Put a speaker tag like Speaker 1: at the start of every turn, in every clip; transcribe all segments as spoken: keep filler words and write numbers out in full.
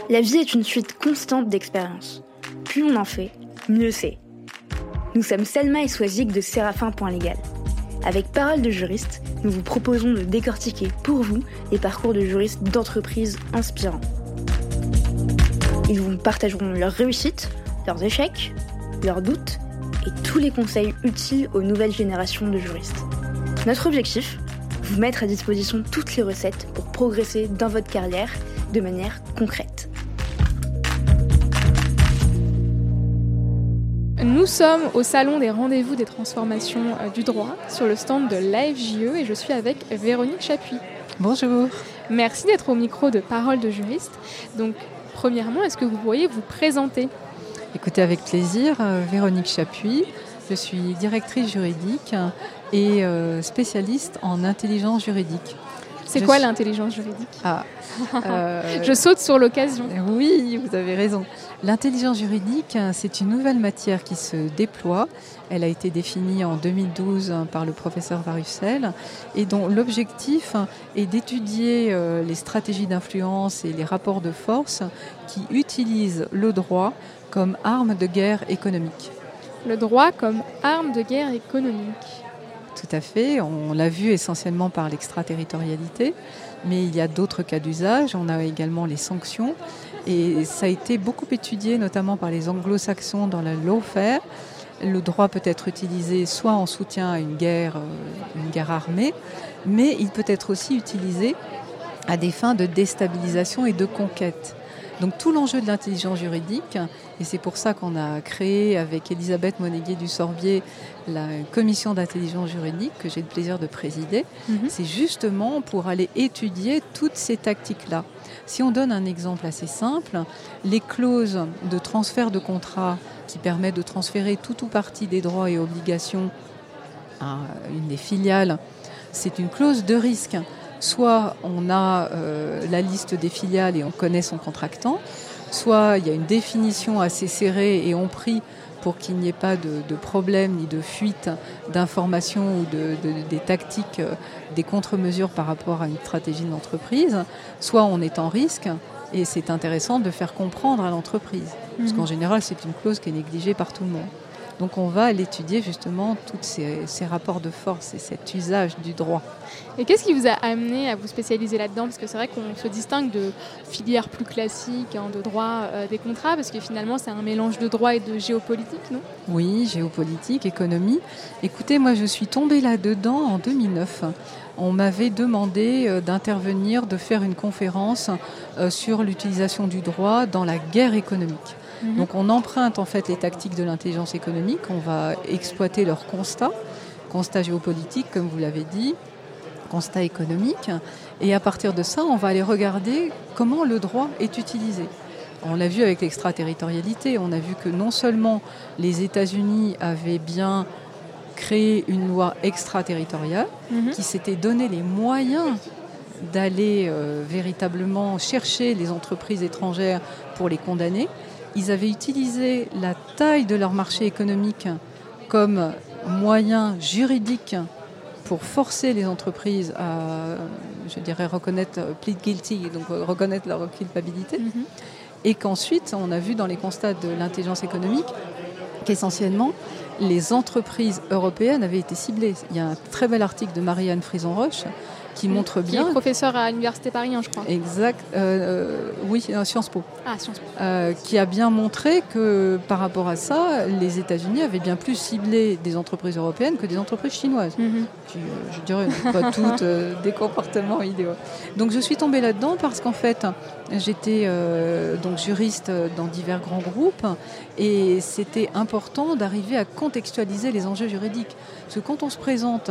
Speaker 1: La vie est une suite constante d'expériences. Plus on en fait, mieux c'est. Nous sommes Selma et Swazik de Séraphin point légal. Avec Parole de juriste, nous vous proposons de décortiquer pour vous les parcours de juristes d'entreprises inspirants. Ils vous partageront leurs réussites, leurs échecs, leurs doutes et tous les conseils utiles aux nouvelles générations de juristes. Notre objectif, vous mettre à disposition toutes les recettes pour progresser dans votre carrière de manière concrète.
Speaker 2: Nous sommes au Salon des rendez-vous des transformations du droit sur le stand de l'A F J E et je suis avec Véronique Chapuis.
Speaker 3: Bonjour.
Speaker 2: Merci d'être au micro de Parole de juriste. Donc, premièrement, est-ce que vous pourriez vous présenter ?
Speaker 3: Écoutez, avec plaisir, euh, Véronique Chapuis. Je suis directrice juridique et euh, spécialiste en intelligence juridique.
Speaker 2: C'est
Speaker 3: je
Speaker 2: quoi
Speaker 3: suis...
Speaker 2: l'intelligence juridique ?
Speaker 3: Ah, euh...
Speaker 2: Je saute sur l'occasion.
Speaker 3: Oui, vous avez raison. L'intelligence juridique, c'est une nouvelle matière qui se déploie. Elle a été définie en deux mille douze par le professeur Varussel et dont l'objectif est d'étudier les stratégies d'influence et les rapports de force qui utilisent le droit comme arme de guerre économique.
Speaker 2: Le droit comme arme de guerre économique.
Speaker 3: Tout à fait, on l'a vu essentiellement par l'extraterritorialité, mais il y a d'autres cas d'usage, on a également les sanctions, et ça a été beaucoup étudié notamment par les anglo-saxons dans la lawfare. Le droit peut être utilisé soit en soutien à une guerre, une guerre armée, mais il peut être aussi utilisé à des fins de déstabilisation et de conquête. Donc tout l'enjeu de l'intelligence juridique, et c'est pour ça qu'on a créé avec Elisabeth Monéguier du Sorbier la commission d'intelligence juridique que j'ai le plaisir de présider, mmh. c'est justement pour aller étudier toutes ces tactiques-là. Si on donne un exemple assez simple, les clauses de transfert de contrat qui permettent de transférer tout ou partie des droits et obligations à une des filiales, c'est une clause de risque. Soit on a euh, la liste des filiales et on connaît son contractant, soit il y a une définition assez serrée et on prie pour qu'il n'y ait pas de, de problème ni de fuite d'informations ou de, de, des tactiques, euh, des contre-mesures par rapport à une stratégie d'entreprise, soit on est en risque et c'est intéressant de faire comprendre à l'entreprise. Mmh. Parce qu'en général, c'est une clause qui est négligée par tout le monde. Donc on va aller étudier justement tous ces, ces rapports de force et cet usage du droit.
Speaker 2: Et qu'est-ce qui vous a amené à vous spécialiser là-dedans ? Parce que c'est vrai qu'on se distingue de filières plus classiques, hein, de droit euh, des contrats, parce que finalement c'est un mélange de droit et de géopolitique, non ?
Speaker 3: Oui, géopolitique, économie. Écoutez, moi je suis tombée là-dedans en deux mille neuf. On m'avait demandé euh, d'intervenir, de faire une conférence euh, sur l'utilisation du droit dans la guerre économique. Mmh. Donc on emprunte en fait les tactiques de l'intelligence économique, on va exploiter leurs constats, constats géopolitiques comme vous l'avez dit, constats économiques, et à partir de ça on va aller regarder comment le droit est utilisé. On l'a vu avec l'extraterritorialité, on a vu que non seulement les États-Unis avaient bien créé une loi extraterritoriale mmh. qui s'était donné les moyens d'aller euh, véritablement chercher les entreprises étrangères pour les condamner. Ils avaient utilisé la taille de leur marché économique comme moyen juridique pour forcer les entreprises à, je dirais, reconnaître, plead guilty, donc reconnaître leur culpabilité. Mm-hmm. Et qu'ensuite, on a vu dans les constats de l'intelligence économique qu'essentiellement, les entreprises européennes avaient été ciblées. Il y a un très bel article de Marie-Anne Frison-Roche qui montre bien...
Speaker 2: Qui est professeur à l'Université Paris, hein, je crois.
Speaker 3: Exact. Euh, oui, euh, Sciences Po.
Speaker 2: Ah, Sciences Po.
Speaker 3: Euh, qui a bien montré que, par rapport à ça, les États-Unis avaient bien plus ciblé des entreprises européennes que des entreprises chinoises. Mm-hmm. Qui, euh, je dirais, pas toutes euh, des comportements idéaux. Donc, je suis tombée là-dedans parce qu'en fait, j'étais euh, donc juriste dans divers grands groupes et c'était important d'arriver à contextualiser les enjeux juridiques. Parce que quand on se présente...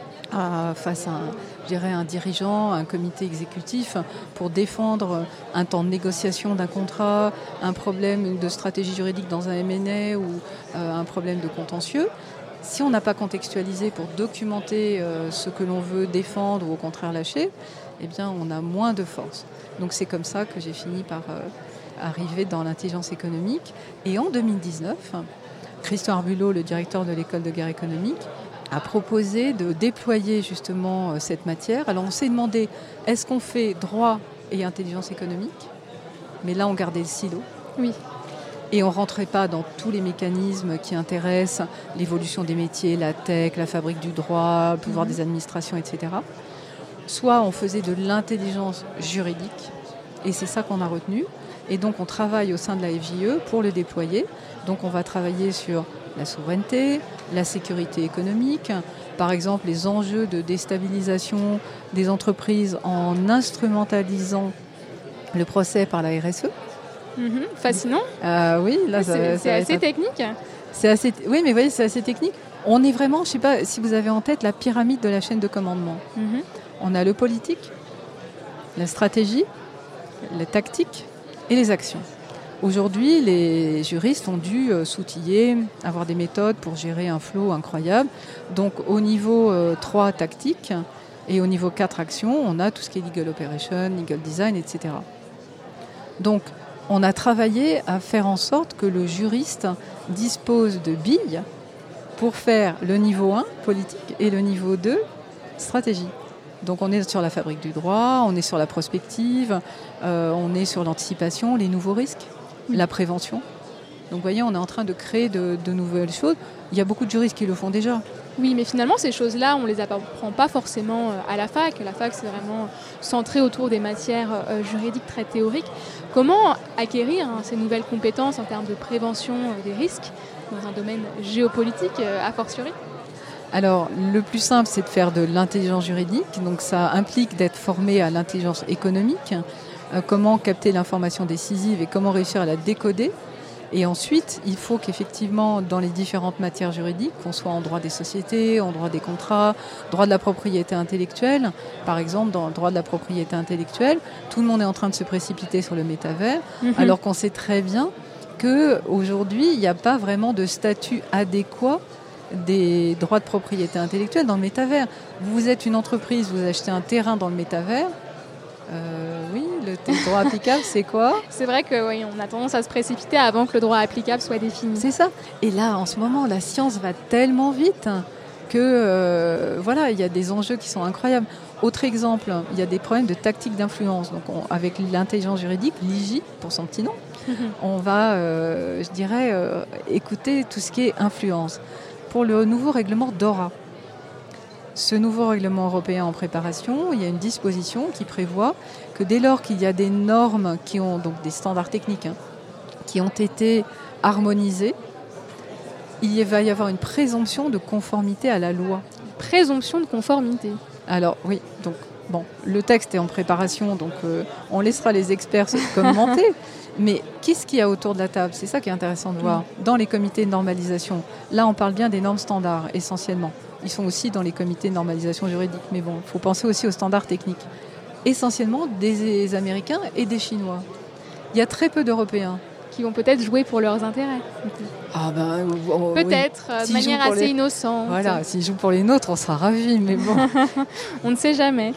Speaker 3: À, face à un, je dirais, un dirigeant, un comité exécutif pour défendre un temps de négociation d'un contrat, un problème de stratégie juridique dans un M and A ou euh, un problème de contentieux. Si on n'a pas contextualisé pour documenter euh, ce que l'on veut défendre ou au contraire lâcher, eh bien on a moins de force. Donc c'est comme ça que j'ai fini par euh, arriver dans l'intelligence économique. Et en deux mille dix-neuf, Christian Arbulot, le directeur de l'école de guerre économique, a proposé de déployer justement euh, cette matière. Alors on s'est demandé, est-ce qu'on fait droit et intelligence économique ? mais là on gardait le silo.
Speaker 2: Oui.
Speaker 3: Et on ne rentrait pas dans tous les mécanismes qui intéressent l'évolution des métiers, la tech, la fabrique du droit, le pouvoir mmh. des administrations, et cetera. Soit on faisait de l'intelligence juridique, et c'est ça qu'on a retenu. Et donc on travaille au sein de la F J E pour le déployer. Donc on va travailler sur la souveraineté, la sécurité économique, par exemple les enjeux de déstabilisation des entreprises en instrumentalisant le procès par la R S E.
Speaker 2: Mmh, fascinant.
Speaker 3: Euh, oui, là,
Speaker 2: c'est,
Speaker 3: ça,
Speaker 2: c'est
Speaker 3: ça
Speaker 2: assez
Speaker 3: être...
Speaker 2: technique.
Speaker 3: C'est assez, oui, mais vous voyez, c'est assez technique. On est vraiment, je ne sais pas si vous avez en tête la pyramide de la chaîne de commandement. Mmh. On a le politique, la stratégie, la tactique et les actions. Aujourd'hui, les juristes ont dû euh, s'outiller, avoir des méthodes pour gérer un flow incroyable. Donc, au niveau euh, trois, tactique, et au niveau quatre, action, on a tout ce qui est legal operation, legal design, et cetera. Donc, on a travaillé à faire en sorte que le juriste dispose de billes pour faire le niveau un, politique, et le niveau deux, stratégie. Donc on est sur la fabrique du droit, on est sur la prospective, euh, on est sur l'anticipation, les nouveaux risques, oui. la prévention. Donc vous voyez, on est en train de créer de, de nouvelles choses. Il y a beaucoup de juristes qui le font déjà.
Speaker 2: Oui, mais finalement, ces choses-là, on ne les apprend pas forcément à la fac. La fac, c'est vraiment centré autour des matières euh, juridiques très théoriques. Comment acquérir hein, ces nouvelles compétences en termes de prévention euh, des risques dans un domaine géopolitique, euh, a fortiori ?
Speaker 3: Alors, le plus simple, c'est de faire de l'intelligence juridique. Donc, ça implique d'être formé à l'intelligence économique. Euh, comment capter l'information décisive et comment réussir à la décoder. Et ensuite, il faut qu'effectivement, dans les différentes matières juridiques, qu'on soit en droit des sociétés, en droit des contrats, droit de la propriété intellectuelle, par exemple, dans le droit de la propriété intellectuelle, tout le monde est en train de se précipiter sur le métavers, mmh. alors qu'on sait très bien qu'aujourd'hui, il n'y a pas vraiment de statut adéquat des droits de propriété intellectuelle dans le métavers. Vous êtes une entreprise, vous achetez un terrain dans le métavers, Euh, oui, le droit applicable, c'est quoi ?
Speaker 2: C'est vrai qu'on oui, a tendance à se précipiter avant que le droit applicable soit défini.
Speaker 3: C'est ça. Et là, en ce moment, la science va tellement vite que euh, voilà, il y a des enjeux qui sont incroyables. Autre exemple, il y a des problèmes de tactique d'influence. Donc, on, avec l'intelligence juridique, l'I J, pour son petit nom, on va, euh, je dirais, euh, écouter tout ce qui est influence. Pour le nouveau règlement DORA, ce nouveau règlement européen en préparation, il y a une disposition qui prévoit que dès lors qu'il y a des normes qui ont, donc des standards techniques, hein, qui ont été harmonisés, il va y avoir une présomption de conformité à la loi.
Speaker 2: Présomption de conformité.
Speaker 3: Alors oui, donc bon, le texte est en préparation, donc euh, on laissera les experts se commenter. Mais qu'est-ce qu'il y a autour de la table ? C'est ça qui est intéressant de voir. Dans les comités de normalisation, là on parle bien des normes standards essentiellement. Ils sont aussi dans les comités de normalisation juridique. Mais bon, il faut penser aussi aux standards techniques. Essentiellement des Américains et des Chinois. Il y a très peu d'Européens.
Speaker 2: Qui vont peut-être jouer pour leurs intérêts.
Speaker 3: Ah ben, oh,
Speaker 2: peut-être, oui. de si manière assez les... innocente.
Speaker 3: Voilà, s'ils jouent pour les nôtres, on sera ravis, mais bon.
Speaker 2: On ne sait jamais.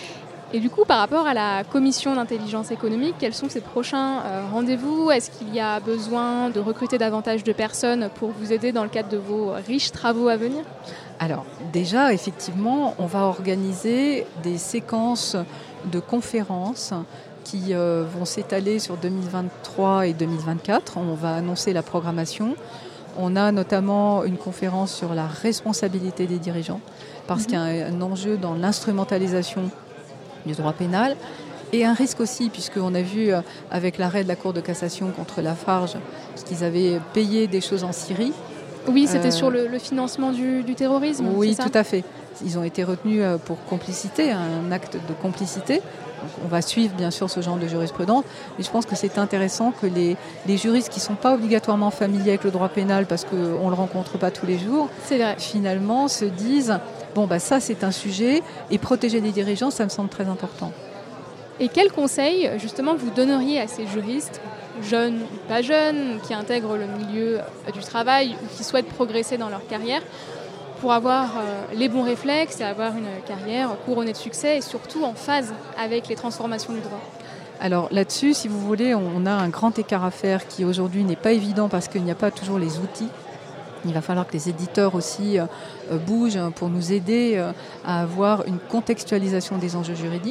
Speaker 2: Et du coup, par rapport à la commission d'intelligence économique, quels sont ces prochains euh, rendez-vous ? Est-ce qu'il y a besoin de recruter davantage de personnes pour vous aider dans le cadre de vos riches travaux à venir ?
Speaker 3: Alors, déjà, effectivement, on va organiser des séquences de conférences qui euh, vont s'étaler sur deux mille vingt-trois et deux mille vingt-quatre. On va annoncer la programmation. On a notamment une conférence sur la responsabilité des dirigeants, parce mmh. qu'il y a un, un enjeu dans l'instrumentalisation du droit pénal, et un risque aussi, puisqu'on a vu euh, avec l'arrêt de la Cour de cassation contre Lafarge, parce qu'ils avaient payé des choses en Syrie.
Speaker 2: Oui, c'était euh, sur le, le financement du, du terrorisme.
Speaker 3: Oui,
Speaker 2: c'est ça ?
Speaker 3: Tout à fait. Ils ont été retenus pour complicité, un acte de complicité. Donc, on va suivre bien sûr ce genre de jurisprudence. Mais je pense que c'est intéressant que les, les juristes qui ne sont pas obligatoirement familiers avec le droit pénal, parce qu'on ne le rencontre pas tous les jours,
Speaker 2: c'est vrai.
Speaker 3: Finalement se disent bon, bah, ça c'est un sujet, et protéger les dirigeants, ça me semble très important.
Speaker 2: Et quels conseils justement vous donneriez à ces juristes, jeunes ou pas jeunes, qui intègrent le milieu du travail ou qui souhaitent progresser dans leur carrière, pour avoir euh, les bons réflexes et avoir une carrière couronnée de succès et surtout en phase avec les transformations du droit ?
Speaker 3: Alors là-dessus, si vous voulez, on a un grand écart à faire qui aujourd'hui n'est pas évident parce qu'il n'y a pas toujours les outils. Il va falloir que les éditeurs aussi euh, bougent pour nous aider euh, à avoir une contextualisation des enjeux juridiques.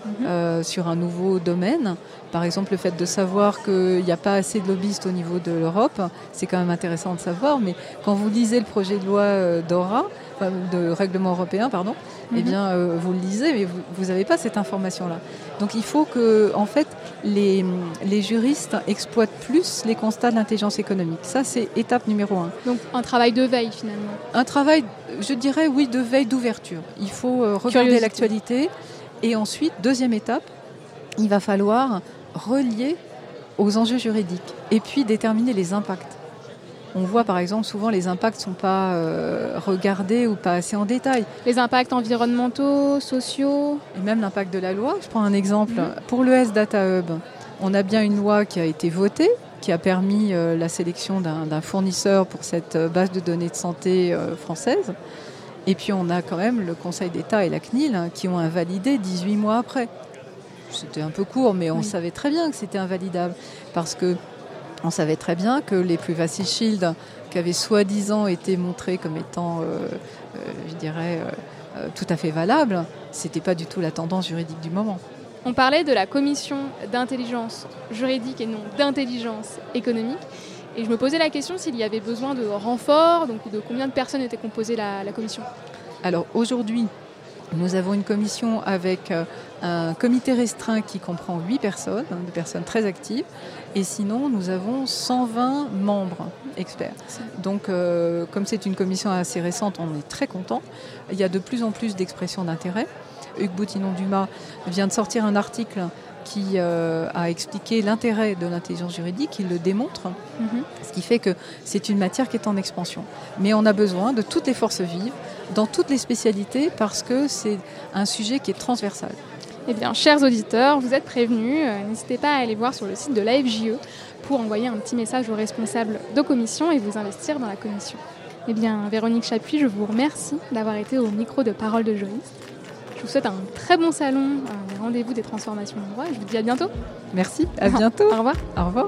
Speaker 3: mmh. euh, sur un nouveau domaine. Par exemple, le fait de savoir qu'il n'y a pas assez de lobbyistes au niveau de l'Europe, c'est quand même intéressant de savoir. Mais quand vous lisez le projet de loi euh, DORA, enfin, de règlement européen, pardon, mmh. eh bien, euh, vous le lisez, mais vous n'avez pas cette information-là. Donc, il faut que, en fait, les, les juristes exploitent plus les constats de l'intelligence économique. Ça, c'est étape numéro un.
Speaker 2: Donc, un travail de veille, finalement.
Speaker 3: Un travail, je dirais, oui, de veille, d'ouverture. Il faut euh, regarder Curiosité. l'actualité. Et ensuite, deuxième étape, il va falloir relier aux enjeux juridiques et puis déterminer les impacts. On voit par exemple souvent les impacts ne sont pas euh, regardés ou pas assez en détail.
Speaker 2: Les impacts environnementaux, sociaux.
Speaker 3: Et même l'impact de la loi. Je prends un exemple. Mmh. Pour l'E S Data Hub, on a bien une loi qui a été votée, qui a permis euh, la sélection d'un, d'un fournisseur pour cette euh, base de données de santé euh, française. Et puis on a quand même le Conseil d'État et la C N I L hein, qui ont invalidé dix-huit mois après. C'était un peu court, mais on oui. savait très bien que c'était invalidable. Parce qu'on savait très bien que les Privacy Shield, qui avaient soi-disant été montrés comme étant, euh, euh, je dirais, euh, tout à fait valables, ce n'était pas du tout la tendance juridique du moment.
Speaker 2: On parlait de la commission d'intelligence juridique et non d'intelligence économique. Et je me posais la question s'il y avait besoin de renforts, donc de combien de personnes était composée la, la commission.
Speaker 3: Alors aujourd'hui, nous avons une commission avec un comité restreint qui comprend huit personnes, des personnes très actives. Et sinon, nous avons cent vingt membres experts. Donc, euh, comme c'est une commission assez récente, on est très contents. Il y a de plus en plus d'expressions d'intérêt. Hugues Boutinon-Dumas vient de sortir un article qui euh, a expliqué l'intérêt de l'intelligence juridique, il le démontre, mmh. ce qui fait que c'est une matière qui est en expansion. Mais on a besoin de toutes les forces vives, dans toutes les spécialités, parce que c'est un sujet qui est transversal.
Speaker 2: Eh bien, chers auditeurs, vous êtes prévenus, euh, n'hésitez pas à aller voir sur le site de l'A F J E pour envoyer un petit message aux responsables de commission et vous investir dans la commission. Eh bien, Véronique Chapuis, je vous remercie d'avoir été au micro de Parole de juriste. Je vous souhaite un très bon salon, un rendez-vous des transformations du droit et je vous dis à bientôt.
Speaker 3: Merci, à bientôt.
Speaker 2: Au revoir.
Speaker 3: Au revoir.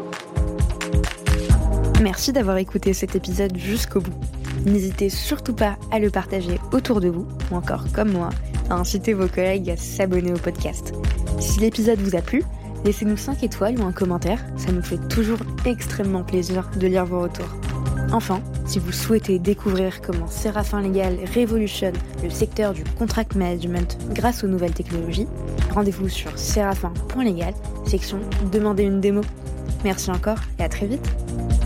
Speaker 1: Merci d'avoir écouté cet épisode jusqu'au bout. N'hésitez surtout pas à le partager autour de vous, ou encore comme moi, à inciter vos collègues à s'abonner au podcast. Si l'épisode vous a plu, laissez-nous cinq étoiles ou un commentaire, ça nous fait toujours extrêmement plaisir de lire vos retours. Enfin, si vous souhaitez découvrir comment Séraphin Légal révolutionne le secteur du contract management grâce aux nouvelles technologies, rendez-vous sur séraphin point légal, section Demandez une démo. Merci encore et à très vite.